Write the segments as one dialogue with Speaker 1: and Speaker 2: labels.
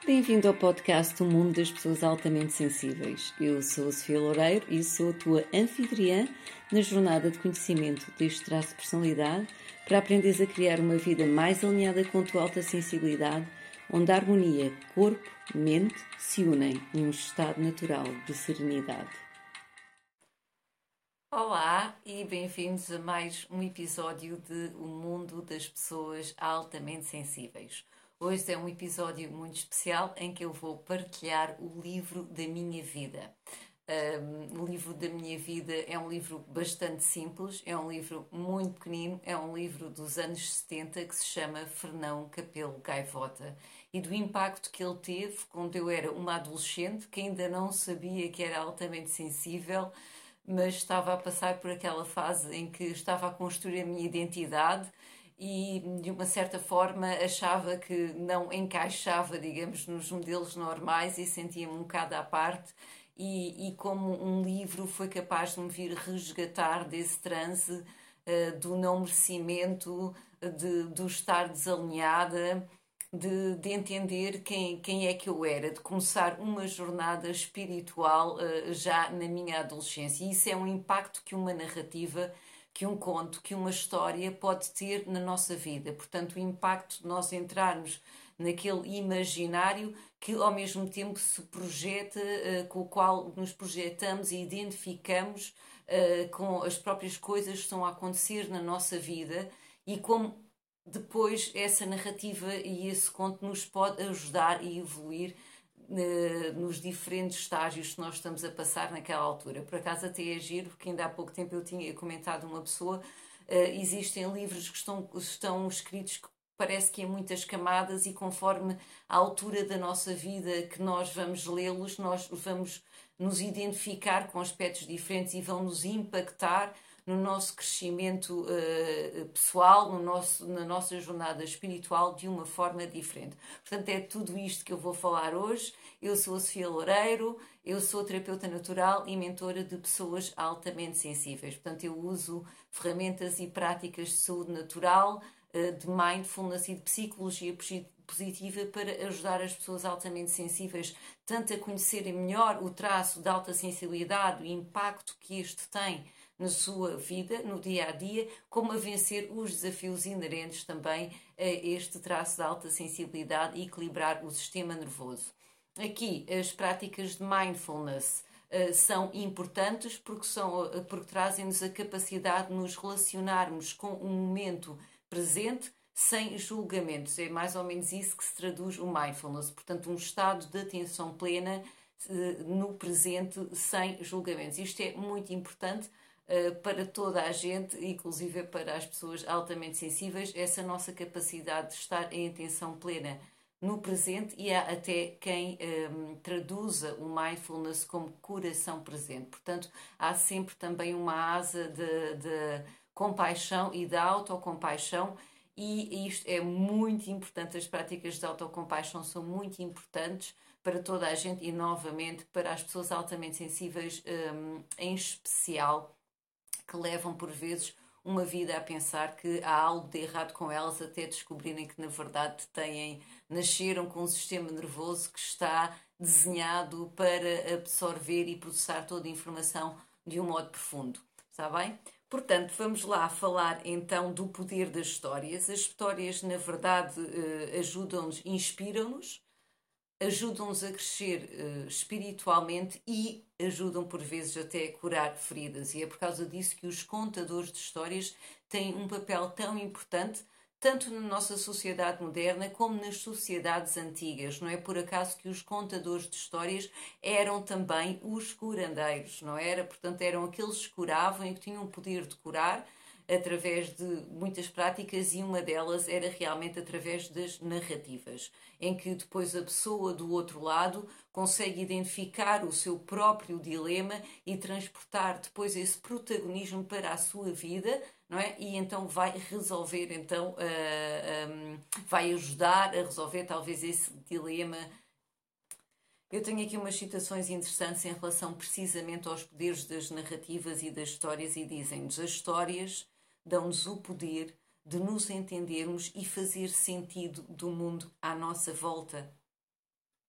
Speaker 1: Bem-vindo ao podcast do Mundo das Pessoas Altamente Sensíveis. Eu sou a Sofia Loureiro e sou a tua anfitriã na jornada de conhecimento deste traço de personalidade para aprenderes a criar uma vida mais alinhada com a tua alta sensibilidade, onde a harmonia corpo-mente se unem num estado natural de serenidade. Olá e bem-vindos a mais um episódio de O Mundo das Pessoas Altamente Sensíveis. Hoje é um episódio muito especial em que eu vou partilhar o livro da minha vida. O livro da minha vida é um livro bastante simples, é um livro muito pequenino, é um livro dos anos 70 que se chama Fernão Capelo Gaivota e do impacto que ele teve quando eu era uma adolescente que ainda não sabia que era altamente sensível, mas estava a passar por aquela fase em que estava a construir a minha identidade e de uma certa forma achava que não encaixava, digamos, nos modelos normais e sentia-me um bocado à parte e como um livro foi capaz de me vir resgatar desse transe do não merecimento, do estar desalinhada, de entender quem é que eu era, de começar uma jornada espiritual já na minha adolescência. E isso é um impacto que uma narrativa, que um conto, que uma história pode ter na nossa vida. Portanto, o impacto de nós entrarmos naquele imaginário que ao mesmo tempo se projeta, com o qual nos projetamos e identificamos com as próprias coisas que estão a acontecer na nossa vida e como depois essa narrativa e esse conto nos pode ajudar e evoluir nos diferentes estágios que nós estamos a passar naquela altura. Por acaso até é giro, porque ainda há pouco tempo eu tinha comentado uma pessoa, existem livros que estão escritos que parece que em muitas camadas e conforme a altura da nossa vida que nós vamos lê-los, nós vamos nos identificar com aspectos diferentes e vão nos impactar no nosso crescimento pessoal, na nossa jornada espiritual de uma forma diferente. Portanto, é tudo isto que eu vou falar hoje. Eu sou a Sofia Loureiro, eu sou terapeuta natural e mentora de pessoas altamente sensíveis. Portanto, eu uso ferramentas e práticas de saúde natural, de mindfulness e de psicologia positiva para ajudar as pessoas altamente sensíveis tanto a conhecerem melhor o traço de alta sensibilidade, o impacto que este tem na sua vida, no dia a dia, como a vencer os desafios inerentes também a este traço de alta sensibilidade e equilibrar o sistema nervoso. Aqui, as práticas de mindfulness são importantes porque trazem-nos a capacidade de nos relacionarmos com o momento presente sem julgamentos. É mais ou menos isso que se traduz o mindfulness. Portanto, um estado de atenção plena no presente sem julgamentos. Isto é muito importante para toda a gente, inclusive para as pessoas altamente sensíveis, essa nossa capacidade de estar em atenção plena no presente, e há até quem traduza o mindfulness como coração presente. Portanto, há sempre também uma asa de compaixão e de autocompaixão, e isto é muito importante. As práticas de autocompaixão são muito importantes para toda a gente e, novamente, para as pessoas altamente sensíveis em especial, que levam por vezes uma vida a pensar que há algo de errado com elas até descobrirem que na verdade nasceram com um sistema nervoso que está desenhado para absorver e processar toda a informação de um modo profundo. Está bem? Portanto, vamos lá falar então do poder das histórias. As histórias, na verdade, ajudam-nos, inspiram-nos, ajudam-nos a crescer espiritualmente e ajudam por vezes até a curar feridas. E é por causa disso que os contadores de histórias têm um papel tão importante, tanto na nossa sociedade moderna como nas sociedades antigas. Não é por acaso que os contadores de histórias eram também os curandeiros, não era? Portanto, eram aqueles que curavam e que tinham o poder de curar através de muitas práticas, e uma delas era realmente através das narrativas, em que depois a pessoa do outro lado consegue identificar o seu próprio dilema e transportar depois esse protagonismo para a sua vida, não é? E então vai resolver, vai ajudar a resolver talvez esse dilema. Eu tenho aqui umas citações interessantes em relação precisamente aos poderes das narrativas e das histórias, e dizem-nos: as histórias dão-nos o poder de nos entendermos e fazer sentido do mundo à nossa volta.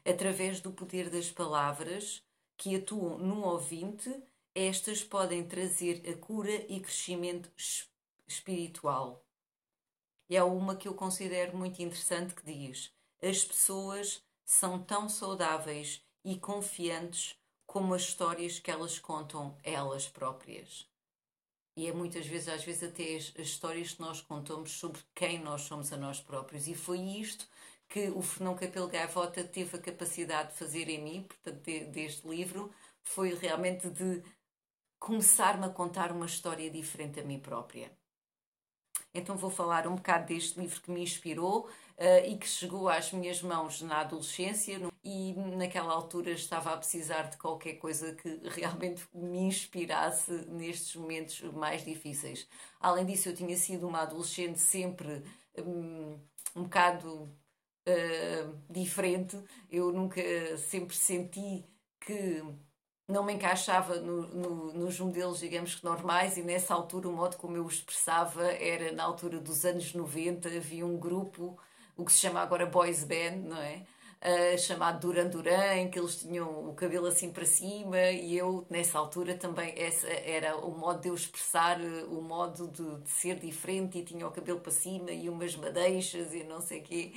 Speaker 1: Através do poder das palavras que atuam no ouvinte, estas podem trazer a cura e crescimento espiritual. E há uma que eu considero muito interessante que diz: as pessoas são tão saudáveis e confiantes como as histórias que elas contam a elas próprias. E é muitas vezes, às vezes até as histórias que nós contamos sobre quem nós somos a nós próprios. E foi isto que o Fernão Capelo Gaivota teve a capacidade de fazer em mim, portanto, deste livro, foi realmente de começar-me a contar uma história diferente a mim própria. Então vou falar um bocado deste livro que me inspirou e que chegou às minhas mãos na adolescência, e naquela altura estava a precisar de qualquer coisa que realmente me inspirasse nestes momentos mais difíceis. Além disso, eu tinha sido uma adolescente sempre um bocado diferente. Eu nunca sempre senti que não me encaixava nos modelos, digamos que normais, e nessa altura o modo como eu o expressava era na altura dos anos 90. Havia um grupo, o que se chama agora boys band, não é? Chamado Duran Duran, em que eles tinham o cabelo assim para cima, e eu nessa altura também esse era o modo de eu expressar, o modo de ser diferente, e tinha o cabelo para cima e umas madeixas e não sei o quê.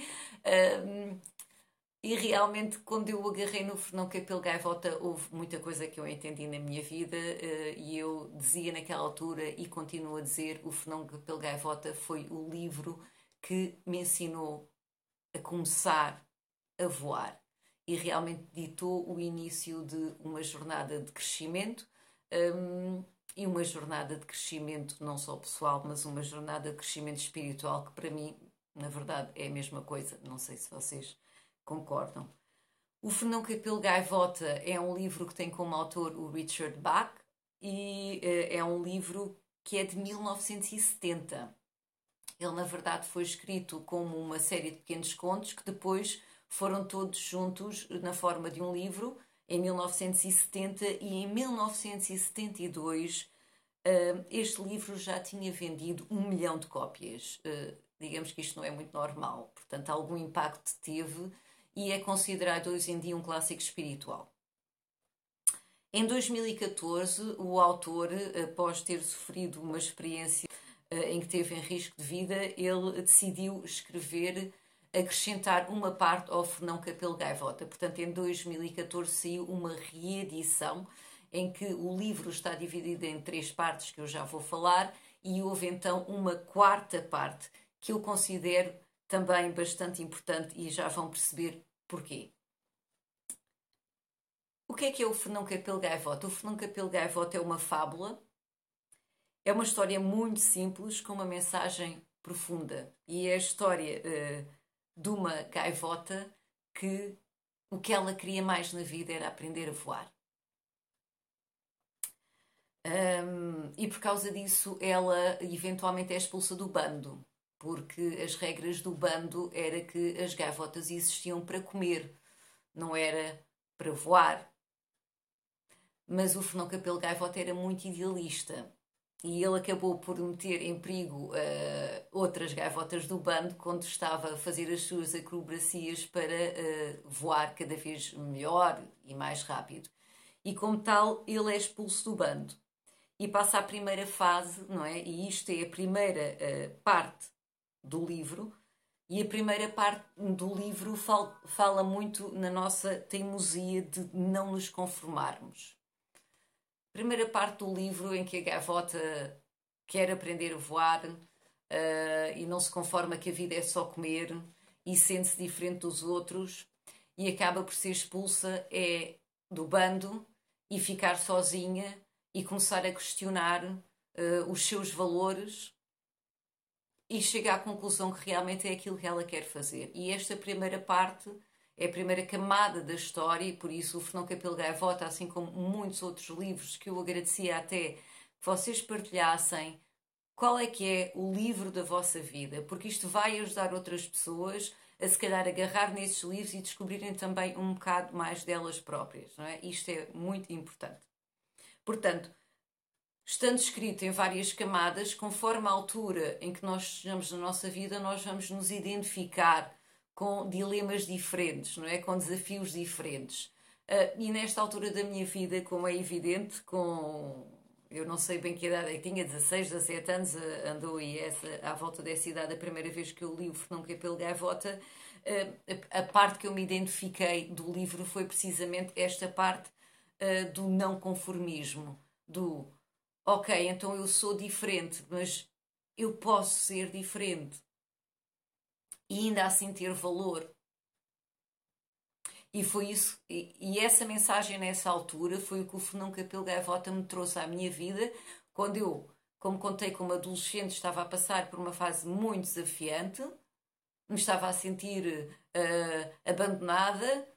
Speaker 1: E realmente, quando eu agarrei no Fernão Capelo Gaivota, houve muita coisa que eu entendi na minha vida, e eu dizia naquela altura e continuo a dizer: o Fernão Capelo Gaivota foi o livro que me ensinou a começar a voar, e realmente ditou o início de uma jornada de crescimento, e uma jornada de crescimento não só pessoal, mas uma jornada de crescimento espiritual, que para mim, na verdade, é a mesma coisa. Não sei se vocês concordam. O Fernão Capelo Gaivota é um livro que tem como autor o Richard Bach, e é um livro que é de 1970. Ele, na verdade, foi escrito como uma série de pequenos contos que depois foram todos juntos na forma de um livro em 1970, e em 1972 este livro já tinha vendido 1 milhão de cópias. Digamos que isto não é muito normal, portanto algum impacto teve, e é considerado hoje em dia um clássico espiritual. Em 2014, o autor, após ter sofrido uma experiência em que teve em risco de vida, ele decidiu escrever, acrescentar uma parte ao Fernão Capelo Gaivota. Portanto, em 2014 saiu uma reedição em que o livro está dividido em 3 partes, que eu já vou falar, e houve então uma quarta parte que eu considero também bastante importante, e já vão perceber porquê. O que é o Fernão Capelo Gaivota? O Fernão Capelo Gaivota é uma fábula, é uma história muito simples com uma mensagem profunda, e é a história de uma gaivota que o que ela queria mais na vida era aprender a voar. E por causa disso ela eventualmente é expulsa do bando, porque as regras do bando era que as gaivotas existiam para comer, não era para voar. Mas o Fernão Capelo Gaivota era muito idealista, e ele acabou por meter em perigo outras gaivotas do bando quando estava a fazer as suas acrobacias para voar cada vez melhor e mais rápido. E como tal, ele é expulso do bando e passa à primeira fase, não é? E isto é a primeira parte do livro, e a primeira parte do livro fala muito na nossa teimosia de não nos conformarmos. Primeira parte do livro em que a gaivota quer aprender a voar e não se conforma que a vida é só comer, e sente-se diferente dos outros, e acaba por ser expulsa do bando e ficar sozinha e começar a questionar os seus valores, e chega à conclusão que realmente é aquilo que ela quer fazer. E esta primeira parte é a primeira camada da história, e por isso o Fernão Capelo Gaivota, assim como muitos outros livros que eu agradecia até que vocês partilhassem, qual é que é o livro da vossa vida, porque isto vai ajudar outras pessoas a se calhar agarrar nesses livros e descobrirem também um bocado mais delas próprias, não é? Isto é muito importante. Portanto, estando escrito em várias camadas, conforme a altura em que nós estejamos na nossa vida, nós vamos nos identificar com dilemas diferentes, não é? Com desafios diferentes. E nesta altura da minha vida, como é evidente, eu não sei bem que idade é que tinha, 16, 17 anos, andou aí à volta dessa idade a primeira vez que eu li o Fernão Capelo Gaivota. A parte que eu me identifiquei do livro foi precisamente esta parte do não conformismo, do ok, então eu sou diferente, mas eu posso ser diferente e ainda assim ter valor. E foi isso, e essa mensagem nessa altura foi o que o Fernão Capelo Gaivota me trouxe à minha vida, quando eu, como contei, como adolescente, estava a passar por uma fase muito desafiante, me estava a sentir abandonada,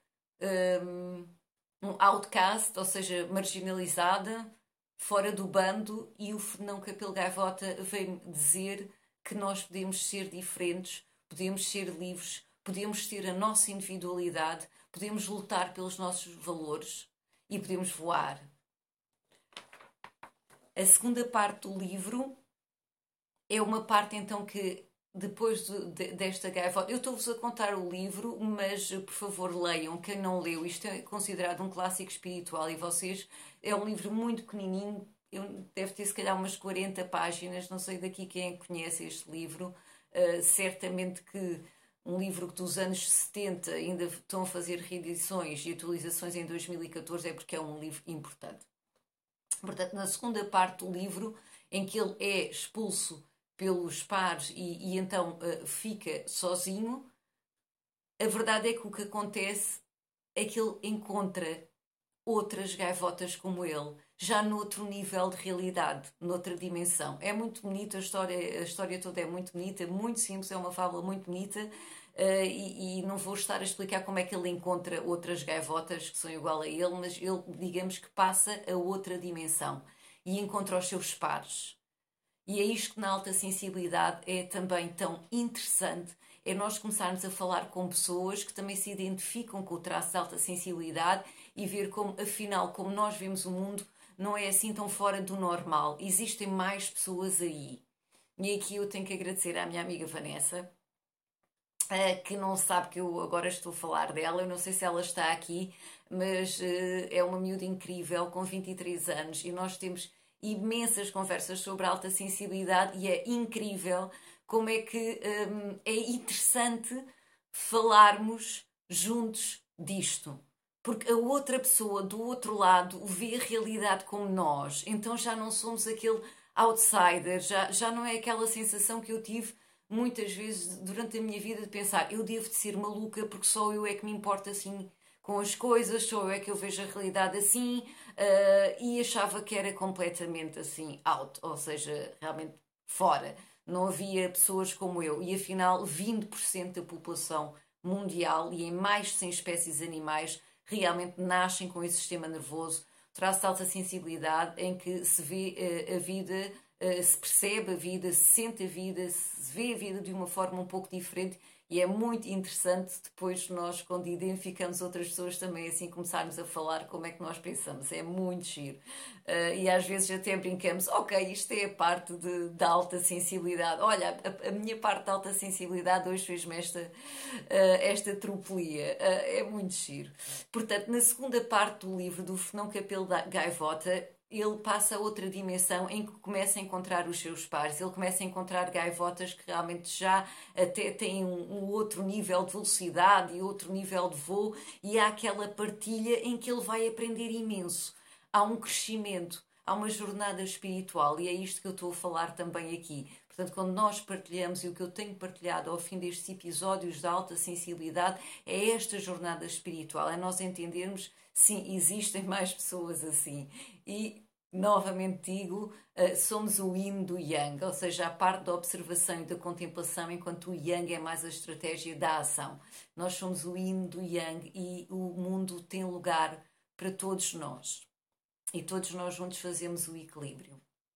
Speaker 1: um outcast, ou seja, marginalizada, fora do bando, e o Fernão Capelo Gaivota veio-me dizer que nós podemos ser diferentes, podemos ser livres, podemos ter a nossa individualidade, podemos lutar pelos nossos valores e podemos voar. A segunda parte do livro é uma parte então que depois desta gaivota, eu estou-vos a contar o livro, mas por favor leiam, quem não leu, isto é considerado um clássico espiritual e vocês, é um livro muito pequenininho, deve ter se calhar umas 40 páginas, não sei daqui quem conhece este livro, certamente que um livro dos anos 70 ainda estão a fazer reedições e atualizações em 2014 é porque é um livro importante. Portanto, na segunda parte do livro, em que ele é expulso pelos pares e então fica sozinho, a verdade é que o que acontece é que ele encontra outras gaivotas como ele, já noutro nível de realidade, noutra dimensão. É muito bonita a história toda é muito bonita, muito simples, é uma fábula muito bonita, e não vou estar a explicar como é que ele encontra outras gaivotas que são igual a ele, mas ele, digamos que passa a outra dimensão e encontra os seus pares. E é isto que na alta sensibilidade é também tão interessante, é nós começarmos a falar com pessoas que também se identificam com o traço de alta sensibilidade e ver como, afinal, como nós vemos o mundo, não é assim tão fora do normal. Existem mais pessoas aí. E aqui eu tenho que agradecer à minha amiga Vanessa, que não sabe que eu agora estou a falar dela, eu não sei se ela está aqui, mas é uma miúda incrível, com 23 anos, e nós temos imensas conversas sobre alta sensibilidade e é incrível como é que é interessante falarmos juntos disto. Porque a outra pessoa do outro lado vê a realidade como nós, então já não somos aquele outsider, já não é aquela sensação que eu tive muitas vezes durante a minha vida de pensar eu devo de ser maluca porque só eu é que me importo assim com as coisas, só eu é que eu vejo a realidade assim, e achava que era completamente assim out, ou seja, realmente fora. Não havia pessoas como eu e afinal 20% da população mundial e em mais de 100 espécies animais realmente nascem com esse sistema nervoso, traço de alta sensibilidade em que se vê a vida, se percebe a vida, se sente a vida, se vê a vida de uma forma um pouco diferente e é muito interessante depois nós, quando identificamos outras pessoas também, assim, começarmos a falar como é que nós pensamos. É muito giro. E às vezes até brincamos, ok, isto é a parte da alta sensibilidade. Olha, a minha parte da alta sensibilidade hoje fez-me esta tropelia. É muito giro. Portanto, na segunda parte do livro do Fernão Capelo Gaivota, ele passa a outra dimensão em que começa a encontrar os seus pares. Ele começa a encontrar gaivotas que realmente já até têm um outro nível de velocidade e outro nível de voo, e há aquela partilha em que ele vai aprender imenso. Há um crescimento, há uma jornada espiritual, e é isto que eu estou a falar também aqui. Portanto, quando nós partilhamos, e o que eu tenho partilhado ao fim destes episódios da alta sensibilidade, é esta jornada espiritual, é nós entendermos, sim, existem mais pessoas assim. E, novamente digo, somos o yin do yang, ou seja, a parte da observação e da contemplação, enquanto o yang é mais a estratégia da ação. Nós somos o yin do yang e o mundo tem lugar para todos nós. E todos nós juntos fazemos o equilíbrio.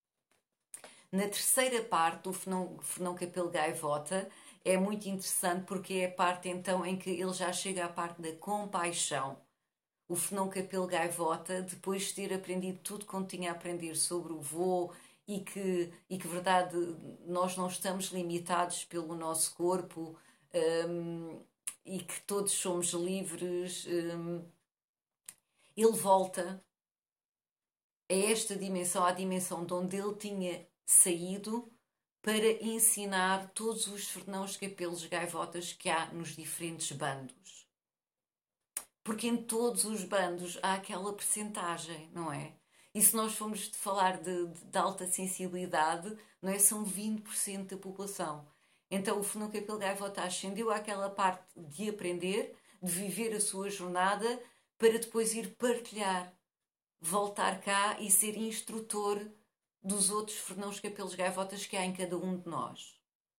Speaker 1: Na terceira parte do Fernão Capelo Gaivota é muito interessante porque é a parte então em que ele já chega à parte da compaixão. O Fernão Capelo Gaivota, depois de ter aprendido tudo quanto tinha a aprender sobre o voo e que verdade, nós não estamos limitados pelo nosso corpo, e que todos somos livres, ele volta a esta dimensão, à dimensão de onde ele tinha saído, para ensinar todos os Fernãos Capelos Gaivotas que há nos diferentes bandos. Porque em todos os bandos há aquela percentagem, não é? E se nós formos falar de alta sensibilidade, não é? São 20% da população. Então o Fernão Capelo Gaivota ascendeu àquela parte de aprender, de viver a sua jornada, para depois ir partilhar, voltar cá e ser instrutor dos outros Fernãos Capelos Gaivotas que há em cada um de nós.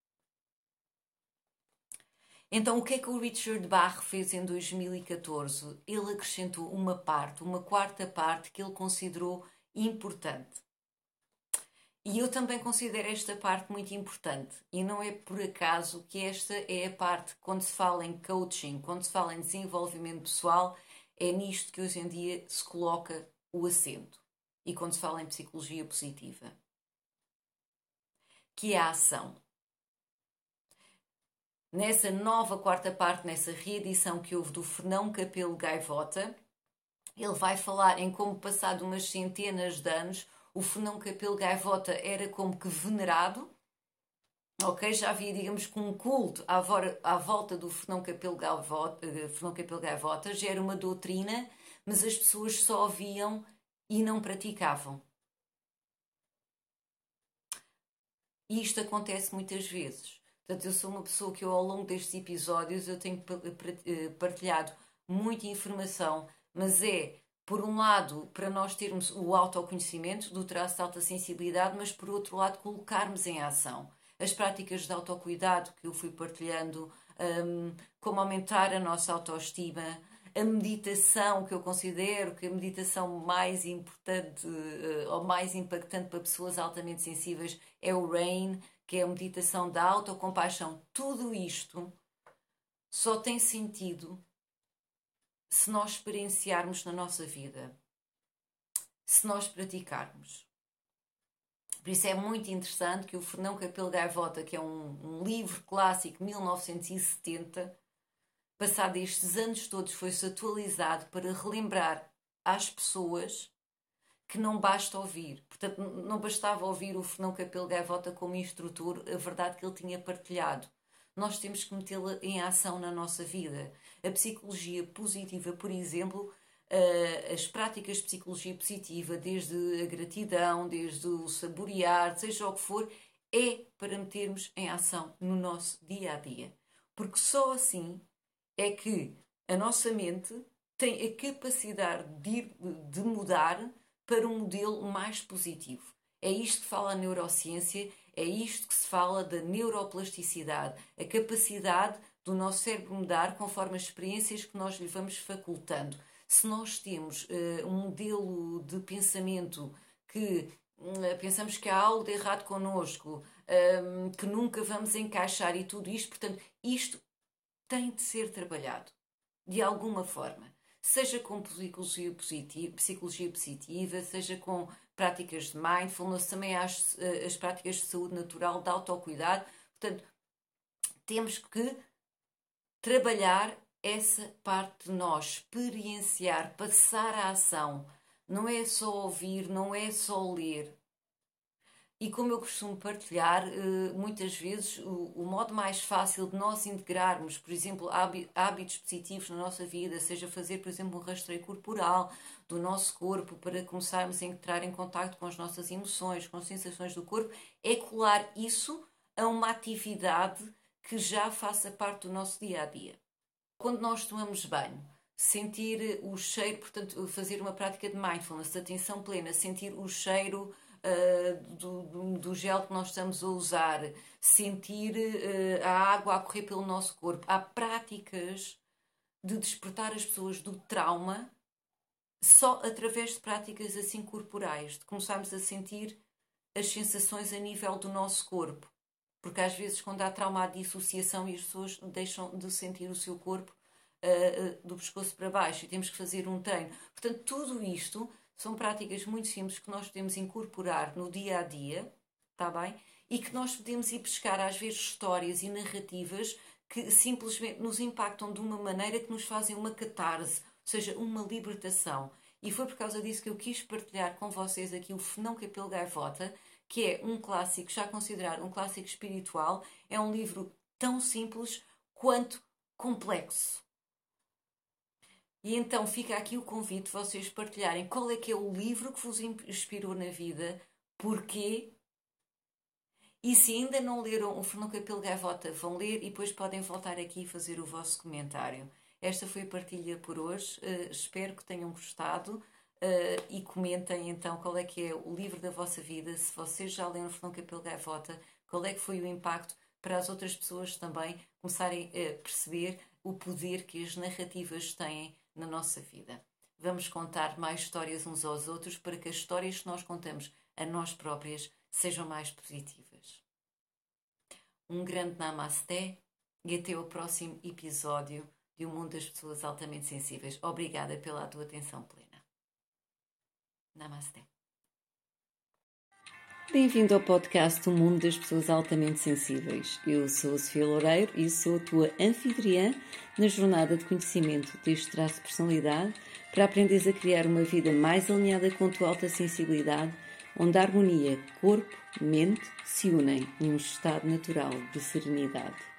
Speaker 1: Então, o que é que o Richard Bach fez em 2014? Ele acrescentou uma parte, uma quarta parte, que ele considerou importante. E eu também considero esta parte muito importante. E não é por acaso que esta é a parte, quando se fala em coaching, quando se fala em desenvolvimento pessoal, é nisto que hoje em dia se coloca o acento. E quando se fala em psicologia positiva. Que é a ação. Nessa nova quarta parte, nessa reedição que houve do Fernão Capelo Gaivota, ele vai falar em como, passado umas centenas de anos, o Fernão Capelo Gaivota era como que venerado, ok? Já havia, digamos, que um culto à volta do Fernão Capelo Gaivota, já era uma doutrina, mas as pessoas só ouviam e não praticavam. E isto acontece muitas vezes. Portanto, eu sou uma pessoa que ao longo destes episódios eu tenho partilhado muita informação, mas é, por um lado, para nós termos o autoconhecimento do traço de alta sensibilidade, mas por outro lado, colocarmos em ação as práticas de autocuidado que eu fui partilhando, como aumentar a nossa autoestima, a meditação, que eu considero que a meditação mais importante ou mais impactante para pessoas altamente sensíveis é o RAIN, que é a meditação da autocompaixão. Tudo isto só tem sentido se nós experienciarmos na nossa vida, se nós praticarmos. Por isso é muito interessante que o Fernão Capelo Gaivota, que é um livro clássico, 1970, passado estes anos todos, foi-se atualizado para relembrar às pessoas que não basta ouvir. Portanto, não bastava ouvir o Fernão Capelo Gaivota como instrutor, a verdade que ele tinha partilhado. Nós temos que metê-la em ação na nossa vida. A psicologia positiva, por exemplo, as práticas de psicologia positiva, desde a gratidão, desde o saborear, seja o que for, é para metermos em ação no nosso dia-a-dia. Porque só assim é que a nossa mente tem a capacidade de mudar para um modelo mais positivo. É isto que fala a neurociência, é isto que se fala da neuroplasticidade, a capacidade do nosso cérebro mudar conforme as experiências que nós lhe vamos facultando. Se nós temos um modelo de pensamento que pensamos que há algo de errado connosco, que nunca vamos encaixar e tudo isto, portanto, isto tem de ser trabalhado de alguma forma. Seja com psicologia positiva, seja com práticas de mindfulness, também há as práticas de saúde natural, de autocuidado. Portanto, temos que trabalhar essa parte de nós, experienciar, passar a ação. Não é só ouvir, não é só ler. E como eu costumo partilhar, muitas vezes o modo mais fácil de nós integrarmos, por exemplo, hábitos positivos na nossa vida, seja fazer, por exemplo, um rastreio corporal do nosso corpo para começarmos a entrar em contacto com as nossas emoções, com as sensações do corpo, é colar isso a uma atividade que já faça parte do nosso dia-a-dia. Quando nós tomamos banho, sentir o cheiro, portanto, fazer uma prática de mindfulness, de atenção plena, sentir o cheiro do gel que nós estamos a usar, sentir a água a correr pelo nosso corpo. Há práticas de despertar as pessoas do trauma só através de práticas assim corporais, de começarmos a sentir as sensações a nível do nosso corpo. Porque às vezes quando há trauma há dissociação e as pessoas deixam de sentir o seu corpo do pescoço para baixo e temos que fazer um treino. Portanto, tudo isto são práticas muito simples que nós podemos incorporar no dia-a-dia, está bem? E que nós podemos ir buscar às vezes histórias e narrativas que simplesmente nos impactam de uma maneira que nos fazem uma catarse, ou seja, uma libertação. E foi por causa disso que eu quis partilhar com vocês aqui o Fenão Capelo Gaivota, que é um clássico, já considerado um clássico espiritual. É um livro tão simples quanto complexo. E então fica aqui o convite de vocês partilharem qual é que é o livro que vos inspirou na vida, porquê. E se ainda não leram o Fernão Capelo Gaivota, vão ler e depois podem voltar aqui e fazer o vosso comentário. Esta foi a partilha por hoje. Espero que tenham gostado e comentem então qual é que é o livro da vossa vida. Se vocês já leram o Fernão Capelo Gaivota, qual é que foi o impacto para as outras pessoas também começarem a perceber o poder que as narrativas têm na nossa vida. Vamos contar mais histórias uns aos outros para que as histórias que nós contamos a nós próprias sejam mais positivas. Um grande namasté e até o próximo episódio de O Mundo das Pessoas Altamente Sensíveis. Obrigada pela tua atenção plena. Namasté. Bem-vindo ao podcast O Mundo das Pessoas Altamente Sensíveis. Eu sou a Sofia Loureiro e sou a tua anfitriã na jornada de conhecimento deste traço de personalidade para aprenderes a criar uma vida mais alinhada com a tua alta sensibilidade, onde a harmonia corpo-mente se unem num estado natural de serenidade.